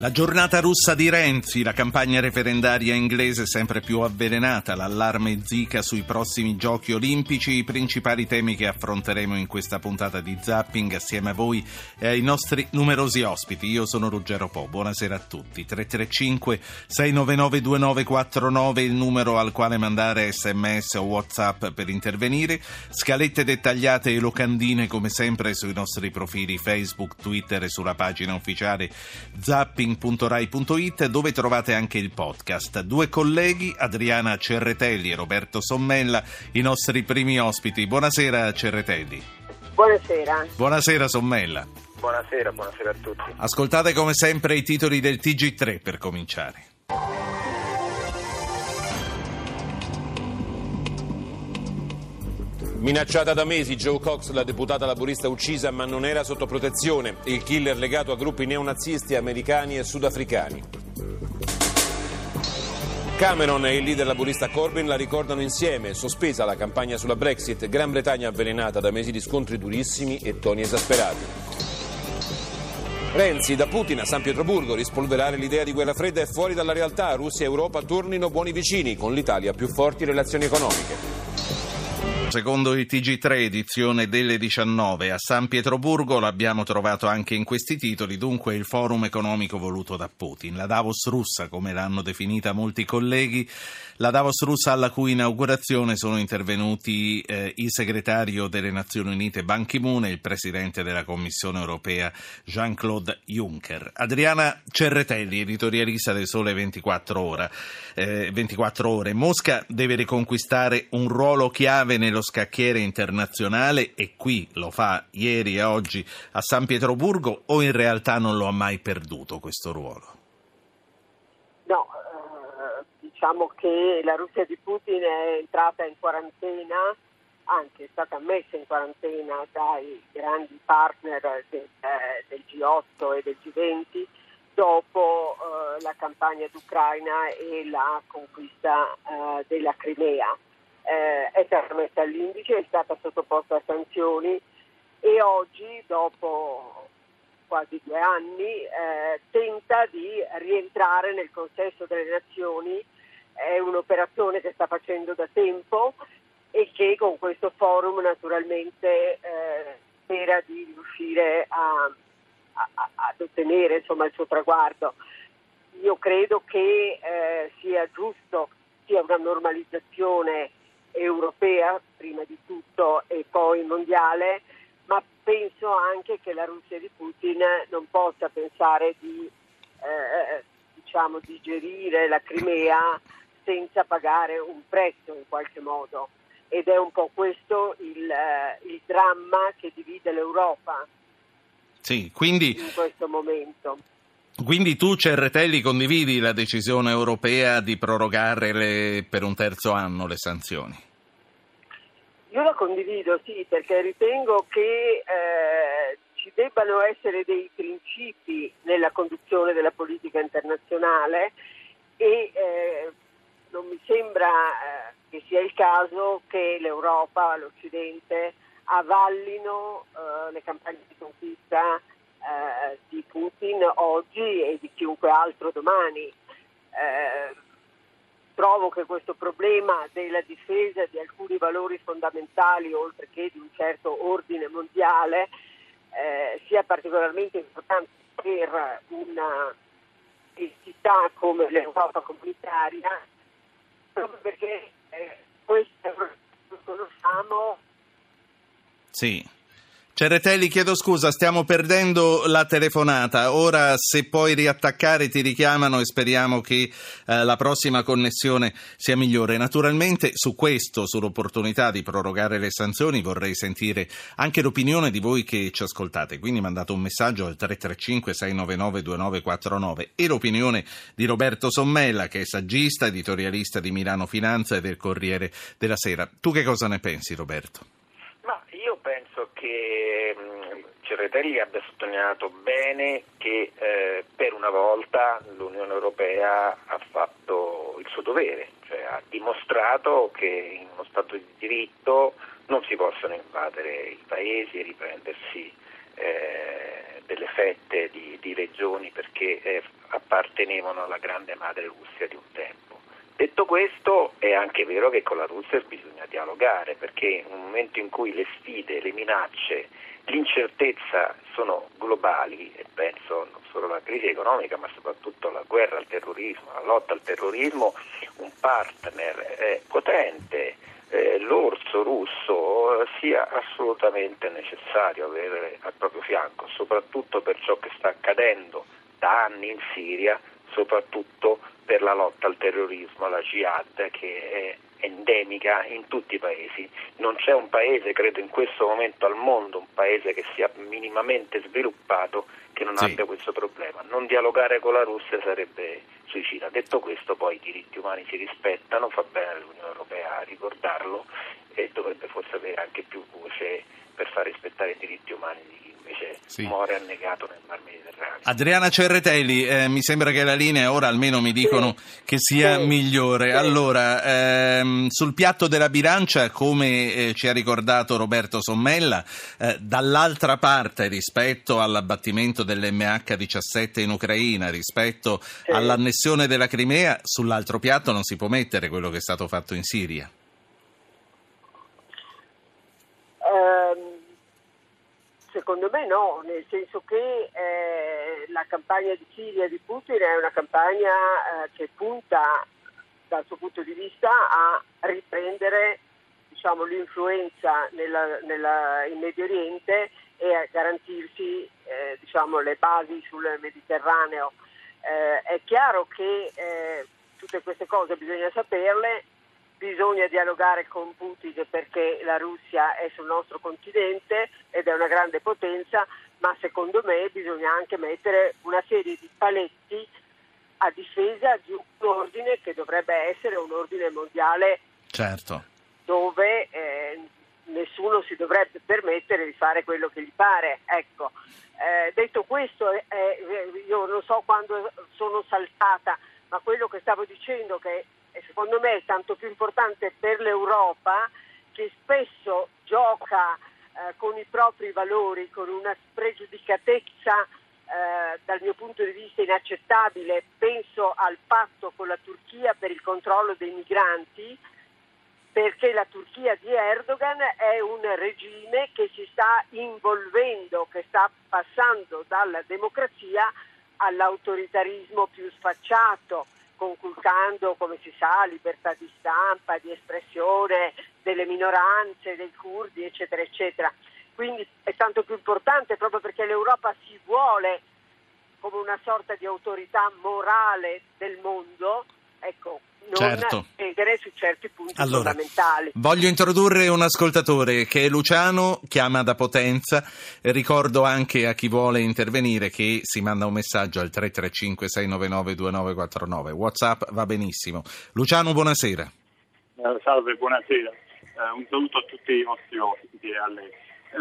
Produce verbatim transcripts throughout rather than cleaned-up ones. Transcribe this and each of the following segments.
La giornata russa di Renzi, la campagna referendaria inglese sempre più avvelenata, l'allarme Zika sui prossimi giochi olimpici, i principali temi che affronteremo in questa puntata di Zapping assieme a voi e ai nostri numerosi ospiti. Io sono Ruggero Po, buonasera a tutti. tre tre cinque sei nove nove due nove quattro nove il numero al quale mandare sms o WhatsApp per intervenire, scalette dettagliate e locandine come sempre sui nostri profili Facebook, Twitter e sulla pagina ufficiale Zapping punto rai punto it, dove trovate anche il podcast. Due colleghi, Adriana Cerretelli e Roberto Sommella, i nostri primi ospiti. Buonasera Cerretelli. Buonasera. Buonasera Sommella. Buonasera, buonasera a tutti. Ascoltate come sempre i titoli del T G tre per cominciare. Minacciata da mesi, Jo Cox, la deputata laburista uccisa ma non era sotto protezione. Il killer legato a gruppi neonazisti americani e sudafricani. Cameron e il leader laburista Corbyn la ricordano insieme. Sospesa la campagna sulla Brexit, Gran Bretagna avvelenata da mesi di scontri durissimi e toni esasperati. Renzi, da Putin a San Pietroburgo, rispolverare l'idea di guerra fredda è fuori dalla realtà. Russia e Europa tornino buoni vicini, con l'Italia più forti relazioni economiche. Secondo il T G tre, edizione delle diciannove, a San Pietroburgo l'abbiamo trovato anche in questi titoli, dunque il forum economico voluto da Putin, la Davos russa, come l'hanno definita molti colleghi, la Davos russa alla cui inaugurazione sono intervenuti eh, il segretario delle Nazioni Unite Ban Ki-moon e il presidente della Commissione Europea Jean-Claude Juncker. Adriana Cerretelli, editorialista del Sole ventiquattro Ore. Eh, ventiquattro ore. Mosca deve riconquistare un ruolo chiave nello scacchiere internazionale e qui lo fa ieri e oggi a San Pietroburgo, o in realtà non lo ha mai perduto questo ruolo? No, eh, diciamo che la Russia di Putin è entrata in quarantena, anche è stata messa in quarantena dai grandi partner del, eh, del G otto e del G venti dopo eh, la campagna d'Ucraina e la conquista eh, della Crimea. Eh, è stata messa all'indice, è stata sottoposta a sanzioni e oggi, dopo quasi due anni, eh, tenta di rientrare nel consesso delle nazioni. È un'operazione che sta facendo da tempo e che con questo forum naturalmente eh, spera di riuscire a, a, ad ottenere insomma il suo traguardo. Io credo che eh, sia giusto, sia una normalizzazione europea prima di tutto e poi mondiale, ma penso anche che la Russia di Putin non possa pensare di eh, diciamo digerire la Crimea senza pagare un prezzo in qualche modo, ed è un po' questo il, eh, il dramma che divide l'Europa. Sì, quindi in questo momento. Quindi tu, Cerretelli, condividi la decisione europea di prorogare le, per un terzo anno le sanzioni? Io la condivido, sì, perché ritengo che eh, ci debbano essere dei principi nella conduzione della politica internazionale e eh, non mi sembra eh, che sia il caso che l'Europa, l'Occidente, avvallino eh, le campagne di conquista Eh, di Putin oggi e di chiunque altro domani. Eh, trovo che questo problema della difesa di alcuni valori fondamentali, oltre che di un certo ordine mondiale, eh, sia particolarmente importante per una entità come l'Europa comunitaria, proprio perché eh, questo lo conosciamo. Sì. Cerretelli, chiedo scusa, stiamo perdendo la telefonata. Ora, se puoi riattaccare, ti richiamano e speriamo che eh, la prossima connessione sia migliore. Naturalmente su questo, sull'opportunità di prorogare le sanzioni, vorrei sentire anche l'opinione di voi che ci ascoltate. Quindi mandate un messaggio al tre tre cinque sei nove nove due nove quattro nove e l'opinione di Roberto Sommella, che è saggista, editorialista di Milano Finanza e del Corriere della Sera. Tu che cosa ne pensi, Roberto? Penso che Cerretelli abbia sottolineato bene che eh, per una volta l'Unione Europea ha fatto il suo dovere, cioè ha dimostrato che in uno Stato di diritto non si possono invadere i paesi e riprendersi eh, delle fette di, di regioni perché eh, appartenevano alla grande madre Russia di un tempo. Detto questo, è anche vero che con la Russia bisogna dialogare, perché in un momento in cui le sfide, le minacce, l'incertezza sono globali, e penso non solo alla crisi economica ma soprattutto alla guerra al terrorismo, alla lotta al terrorismo, un partner eh, potente, eh, l'orso russo, eh, sia assolutamente necessario avere al proprio fianco, soprattutto per ciò che sta accadendo da anni in Siria, soprattutto per la lotta al terrorismo, alla jihad, che è endemica in tutti i paesi. Non c'è un paese, credo in questo momento al mondo, un paese che sia minimamente sviluppato che non sì. abbia questo problema. Non dialogare con la Russia sarebbe suicida. Detto questo, poi i diritti umani si rispettano, fa bene l'Unione Europea a ricordarlo e dovrebbe forse avere anche più voce per far rispettare i diritti umani di chi invece sì. muore annegato nel Mar Mediterraneo. Adriana Cerretelli, eh, mi sembra che la linea ora almeno mi dicono sì. che sia sì. migliore. Sì. Allora, ehm, sul piatto della bilancia, come eh, ci ha ricordato Roberto Sommella, eh, dall'altra parte rispetto all'abbattimento dell'emme acca diciassette in Ucraina, rispetto sì. all'annessione della Crimea, sull'altro piatto non si può mettere quello che è stato fatto in Siria. Secondo me no, nel senso che eh, la campagna di Siria di Putin è una campagna eh, che punta dal suo punto di vista a riprendere, diciamo, l'influenza nella, nella, in Medio Oriente e a garantirsi eh, diciamo, le basi sul Mediterraneo. Eh, è chiaro che eh, tutte queste cose bisogna saperle. Bisogna dialogare con Putin perché la Russia è sul nostro continente ed è una grande potenza, ma secondo me bisogna anche mettere una serie di paletti a difesa di un ordine che dovrebbe essere un ordine mondiale, certo, dove eh, nessuno si dovrebbe permettere di fare quello che gli pare. Ecco, eh, detto questo, eh, io non so quando sono saltata, ma quello che stavo dicendo che e secondo me è tanto più importante per l'Europa, che spesso gioca eh, con i propri valori, con una spregiudicatezza eh, dal mio punto di vista inaccettabile. Penso al patto con la Turchia per il controllo dei migranti, perché la Turchia di Erdogan è un regime che si sta involvendo, che sta passando dalla democrazia all'autoritarismo più sfacciato, conculcando, come si sa, libertà di stampa, di espressione delle minoranze, dei curdi, eccetera, eccetera. Quindi è tanto più importante proprio perché l'Europa si vuole come una sorta di autorità morale del mondo, ecco, non certo. cedere su certi punti allora, fondamentali. Voglio introdurre un ascoltatore che è Luciano, chiama da Potenza. Ricordo anche a chi vuole intervenire che si manda un messaggio al tre tre cinque sei nove nove due nove quattro nove. WhatsApp va benissimo. Luciano, buonasera. Eh, salve, buonasera. Eh, un saluto a tutti i vostri ospiti e a lei.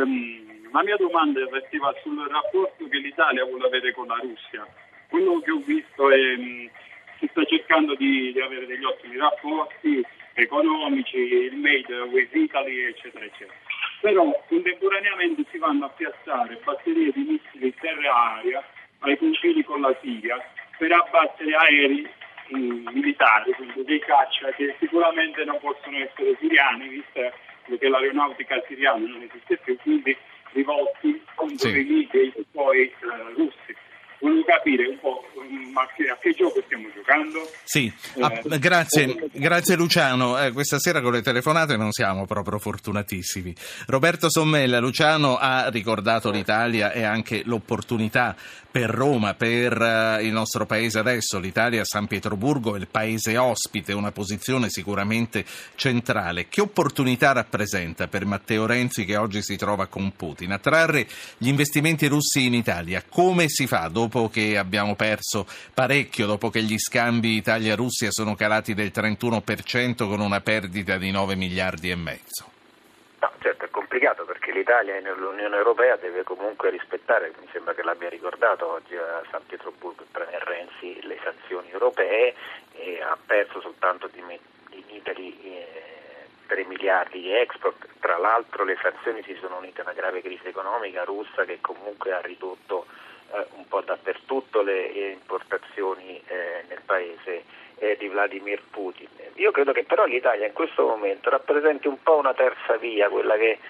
Um, la mia domanda restiva sul rapporto che l'Italia vuole avere con la Russia. Quello che ho visto è um, si sta cercando di, di avere degli ottimi rapporti economici, il Made with Italy, eccetera, eccetera. Però contemporaneamente si vanno a piazzare batterie di missili terra-aria ai confini con la Siria per abbattere aerei mh, militari, quindi dei caccia che sicuramente non possono essere siriani, visto che l'aeronautica siriana non esiste più, quindi rivolti contro sì. i liberi e poi eh, russi. Volevo capire un po' ma che, a che gioco stiamo giocando? Sì, ah, eh, grazie, grazie Luciano. Eh, questa sera con le telefonate non siamo proprio fortunatissimi. Roberto Sommella, Luciano ha ricordato l'Italia e anche l'opportunità per Roma, per uh, il nostro paese adesso. L'Italia, San Pietroburgo è il paese ospite, una posizione sicuramente centrale. Che opportunità rappresenta per Matteo Renzi, che oggi si trova con Putin, a trarre gli investimenti russi in Italia? Come si fa dopo che abbiamo perso parecchio, dopo che gli scambi Italia-Russia sono calati del trentuno per cento con una perdita di nove miliardi e mezzo? No, certo è complicato perché l'Italia nell'Unione Europea deve comunque rispettare, mi sembra che l'abbia ricordato oggi a San Pietroburgo il Premier Renzi, le sanzioni europee, e ha perso soltanto di, di miteri eh, tre miliardi di export. Tra l'altro le sanzioni si sono unite a una grave crisi economica russa che comunque ha ridotto eh, un po' dappertutto le importazioni eh, nel paese eh, di Vladimir Putin. Io credo che però l'Italia in questo momento rappresenti un po' una terza via, quella che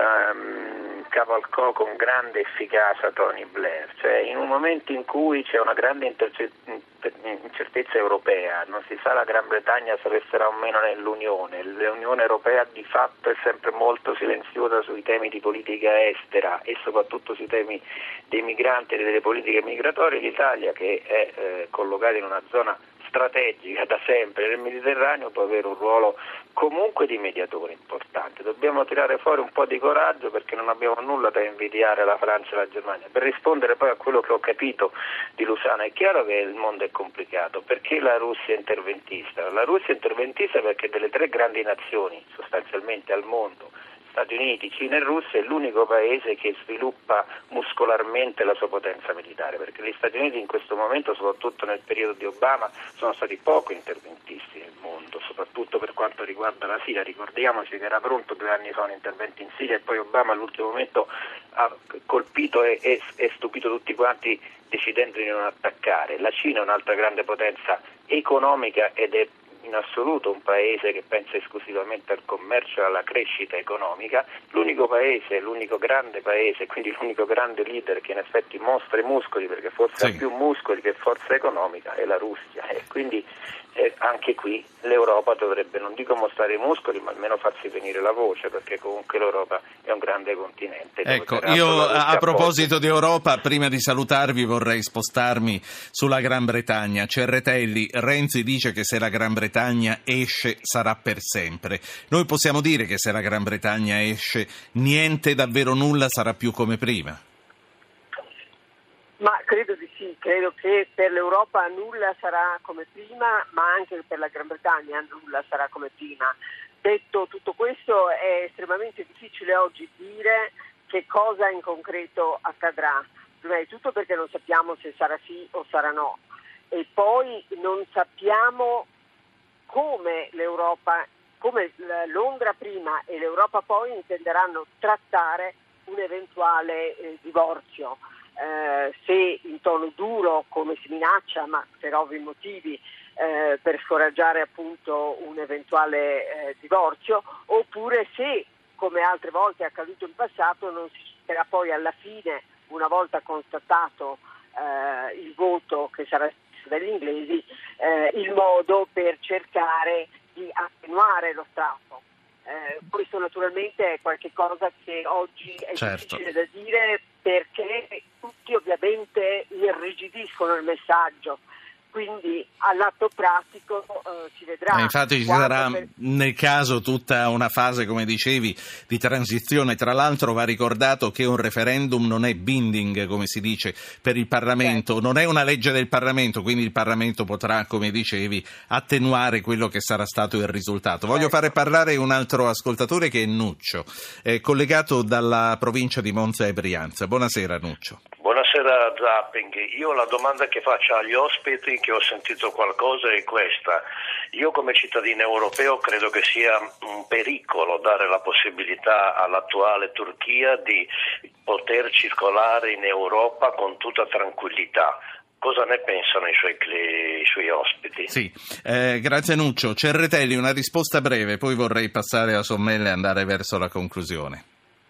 ehm, cavalcò con grande efficacia Tony Blair, cioè in un momento in cui c'è una grande interce- incertezza europea, non si sa la Gran Bretagna se resterà o meno nell'Unione, l'Unione Europea di fatto è sempre molto silenziosa sui temi di politica estera e soprattutto sui temi dei migranti e delle politiche migratorie. L'Italia, che è eh, collocata in una zona strategica da sempre nel Mediterraneo, può avere un ruolo comunque di mediatore importante. Dobbiamo tirare fuori un po' di coraggio, perché non abbiamo nulla da invidiare alla Francia e alla Germania. Per rispondere poi a quello che ho capito di Lusana, è chiaro che il mondo è complicato. Perché la Russia è interventista? La Russia è interventista perché delle tre grandi nazioni sostanzialmente al mondo, Stati Uniti, Cina e Russia, è l'unico paese che sviluppa muscolarmente la sua potenza militare, perché gli Stati Uniti in questo momento, soprattutto nel periodo di Obama, sono stati poco interventisti nel mondo, soprattutto per quanto riguarda la Siria. Ricordiamoci che era pronto due anni fa un intervento in Siria e poi Obama all'ultimo momento ha colpito e, e, e stupito tutti quanti decidendo di non attaccare. La Cina è un'altra grande potenza economica ed è in assoluto un paese che pensa esclusivamente al commercio e alla crescita economica. L'unico paese, l'unico grande paese, quindi l'unico grande leader che in effetti mostra i muscoli, perché forse sì. ha più muscoli che forza economica, è la Russia, e quindi eh, anche qui l'Europa dovrebbe, non dico mostrare i muscoli, ma almeno farsi venire la voce, perché comunque l'Europa è un grande continente. Ecco, io a proposito di Europa, prima di salutarvi vorrei spostarmi sulla Gran Bretagna. Cerretelli, Renzi dice che se la Gran Bretagna esce sarà per sempre. Noi possiamo dire che se la Gran Bretagna esce niente, davvero nulla sarà più come prima? Ma credo di sì, credo che per l'Europa nulla sarà come prima, ma anche per la Gran Bretagna nulla sarà come prima. Detto tutto questo, è estremamente difficile oggi dire che cosa in concreto accadrà. Prima di tutto perché non sappiamo se sarà sì o sarà no, e poi non sappiamo come l'Europa, come Londra prima e l'Europa poi intenderanno trattare un eventuale eh, divorzio. Eh, se in tono duro, come si minaccia, ma per ovvi motivi, eh, per scoraggiare appunto un eventuale eh, divorzio, oppure se, come altre volte è accaduto in passato, non si sarà poi alla fine, una volta constatato eh, il voto che sarà dagli inglesi, eh, il modo per cercare di attenuare lo strappo. Eh, questo naturalmente è qualche cosa che oggi è certo. difficile da dire, perché tutti ovviamente irrigidiscono il messaggio, quindi all'atto pratico eh, si vedrà. Eh, infatti ci sarà per... nel caso tutta una fase, come dicevi, di transizione. Tra l'altro va ricordato che un referendum non è binding, come si dice, per il Parlamento, certo. Non è una legge del Parlamento, quindi il Parlamento potrà, come dicevi, attenuare quello che sarà stato il risultato. Voglio certo. fare parlare un altro ascoltatore, che è Nuccio, è collegato dalla provincia di Monza e Brianza. Buonasera Nuccio. Buonasera Zapping, io la domanda che faccio agli ospiti, che ho sentito qualcosa, è questa. Io come cittadino europeo credo che sia un pericolo dare la possibilità all'attuale Turchia di poter circolare in Europa con tutta tranquillità. Cosa ne pensano i suoi, i suoi ospiti? Sì, eh, grazie Nuccio. Cerretelli, una risposta breve, poi vorrei passare a Sommelle e andare verso la conclusione.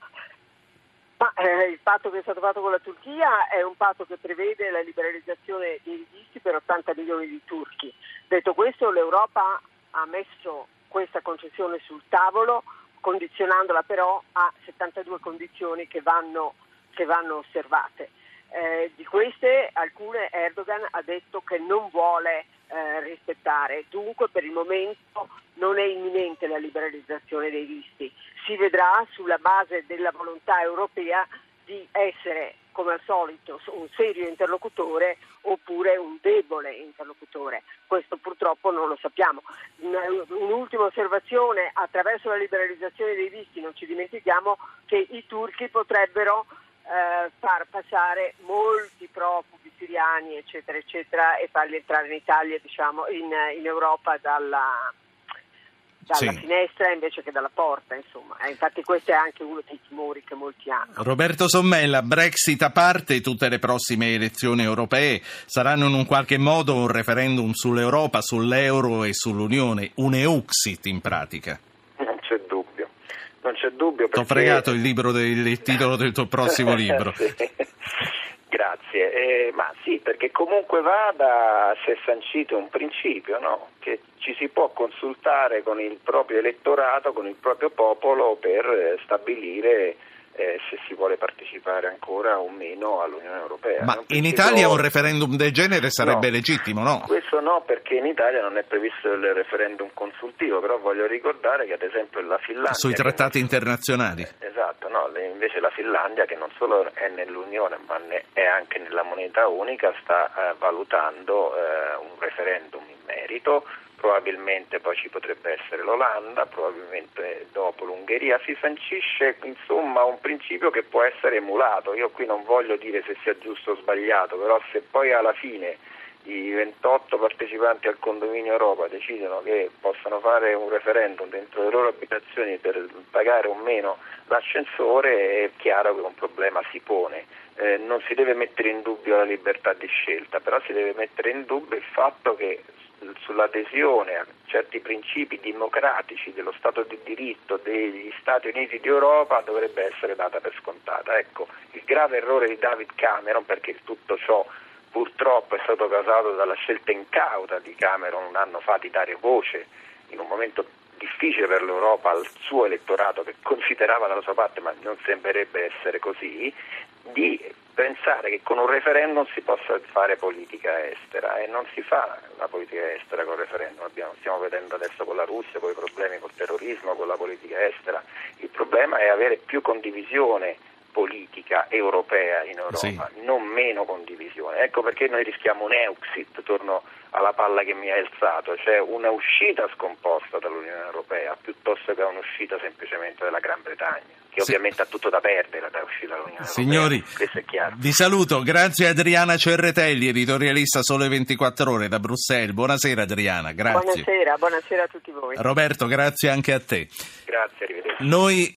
Ma, eh, il patto che è stato fatto con la Turchia è un patto che prevede la liberalizzazione dei visti per ottanta milioni di turchi. Detto questo, l'Europa ha messo questa concessione sul tavolo, condizionandola però a settantadue condizioni che vanno, che vanno osservate. Eh, di queste alcune Erdogan ha detto che non vuole eh, rispettare, dunque per il momento non è imminente la liberalizzazione dei visti. Si vedrà sulla base della volontà europea di essere, come al solito, un serio interlocutore oppure un debole interlocutore. Questo purtroppo non lo sappiamo. Un'ultima osservazione: attraverso la liberalizzazione dei visti non ci dimentichiamo che i turchi potrebbero eh, far passare molti profughi siriani eccetera eccetera e farli entrare in Italia, diciamo in, in Europa dalla dalla sì. finestra invece che dalla porta, insomma. Eh, infatti questo è anche uno dei timori che molti hanno. Roberto Sommella, Brexit a parte, tutte le prossime elezioni europee saranno in un qualche modo un referendum sull'Europa, sull'euro e sull'Unione, un Euxit in pratica. Non c'è dubbio, non c'è dubbio. T'ho fregato il, libro del, il titolo del tuo prossimo libro. Sì. Grazie, eh, ma sì, perché comunque vada, si è sancito un principio, no? Che ci si può consultare con il proprio elettorato, con il proprio popolo per eh, stabilire eh, se si vuole partecipare ancora o meno all'Unione Europea. Ma in Italia un referendum del genere sarebbe no, legittimo, no? Questo no, perché in Italia non è previsto il referendum consultivo, però voglio ricordare che ad esempio la Finlandia... Sui trattati non... internazionali. Eh, esatto, no, invece la Finlandia, che non solo è nell'Unione ma è anche nella moneta unica, sta eh, valutando eh, un referendum in merito. Probabilmente poi ci potrebbe essere l'Olanda, probabilmente dopo l'Ungheria. Si sancisce insomma un principio che può essere emulato. Io qui non voglio dire se sia giusto o sbagliato, però se poi alla fine i ventotto partecipanti al condominio Europa decidono che possono fare un referendum dentro le loro abitazioni per pagare o meno l'ascensore, è chiaro che un problema si pone. Eh, non si deve mettere in dubbio la libertà di scelta, però si deve mettere in dubbio il fatto che sull'adesione a certi principi democratici dello Stato di diritto degli Stati Uniti d'Europa dovrebbe essere data per scontata. Ecco, il grave errore di David Cameron, perché tutto ciò purtroppo è stato causato dalla scelta incauta di Cameron un anno fa di dare voce in un momento difficile per l'Europa al suo elettorato, che considerava dalla sua parte, ma non sembrerebbe essere così, di pensare che con un referendum si possa fare politica estera, e non si fa la politica estera con il referendum. Abbiamo, stiamo vedendo adesso con la Russia, con i problemi col terrorismo, con la politica estera. Il problema è avere più condivisione politica europea in Europa, sì, non meno condivisione. Ecco perché noi rischiamo un Euxit, torno alla palla che mi hai alzato, cioè una uscita scomposta dall'Unione Europea piuttosto che un'uscita semplicemente dalla Gran Bretagna, che sì, ovviamente ha tutto da perdere da uscire dall'Unione Signori, Europea. Questo è chiaro. Vi saluto, grazie a Adriana Cerretelli, editorialista Sole ventiquattro Ore da Bruxelles. Buonasera Adriana, grazie. Buonasera, buonasera a tutti voi. Roberto, grazie anche a te. Grazie, arrivederci. Noi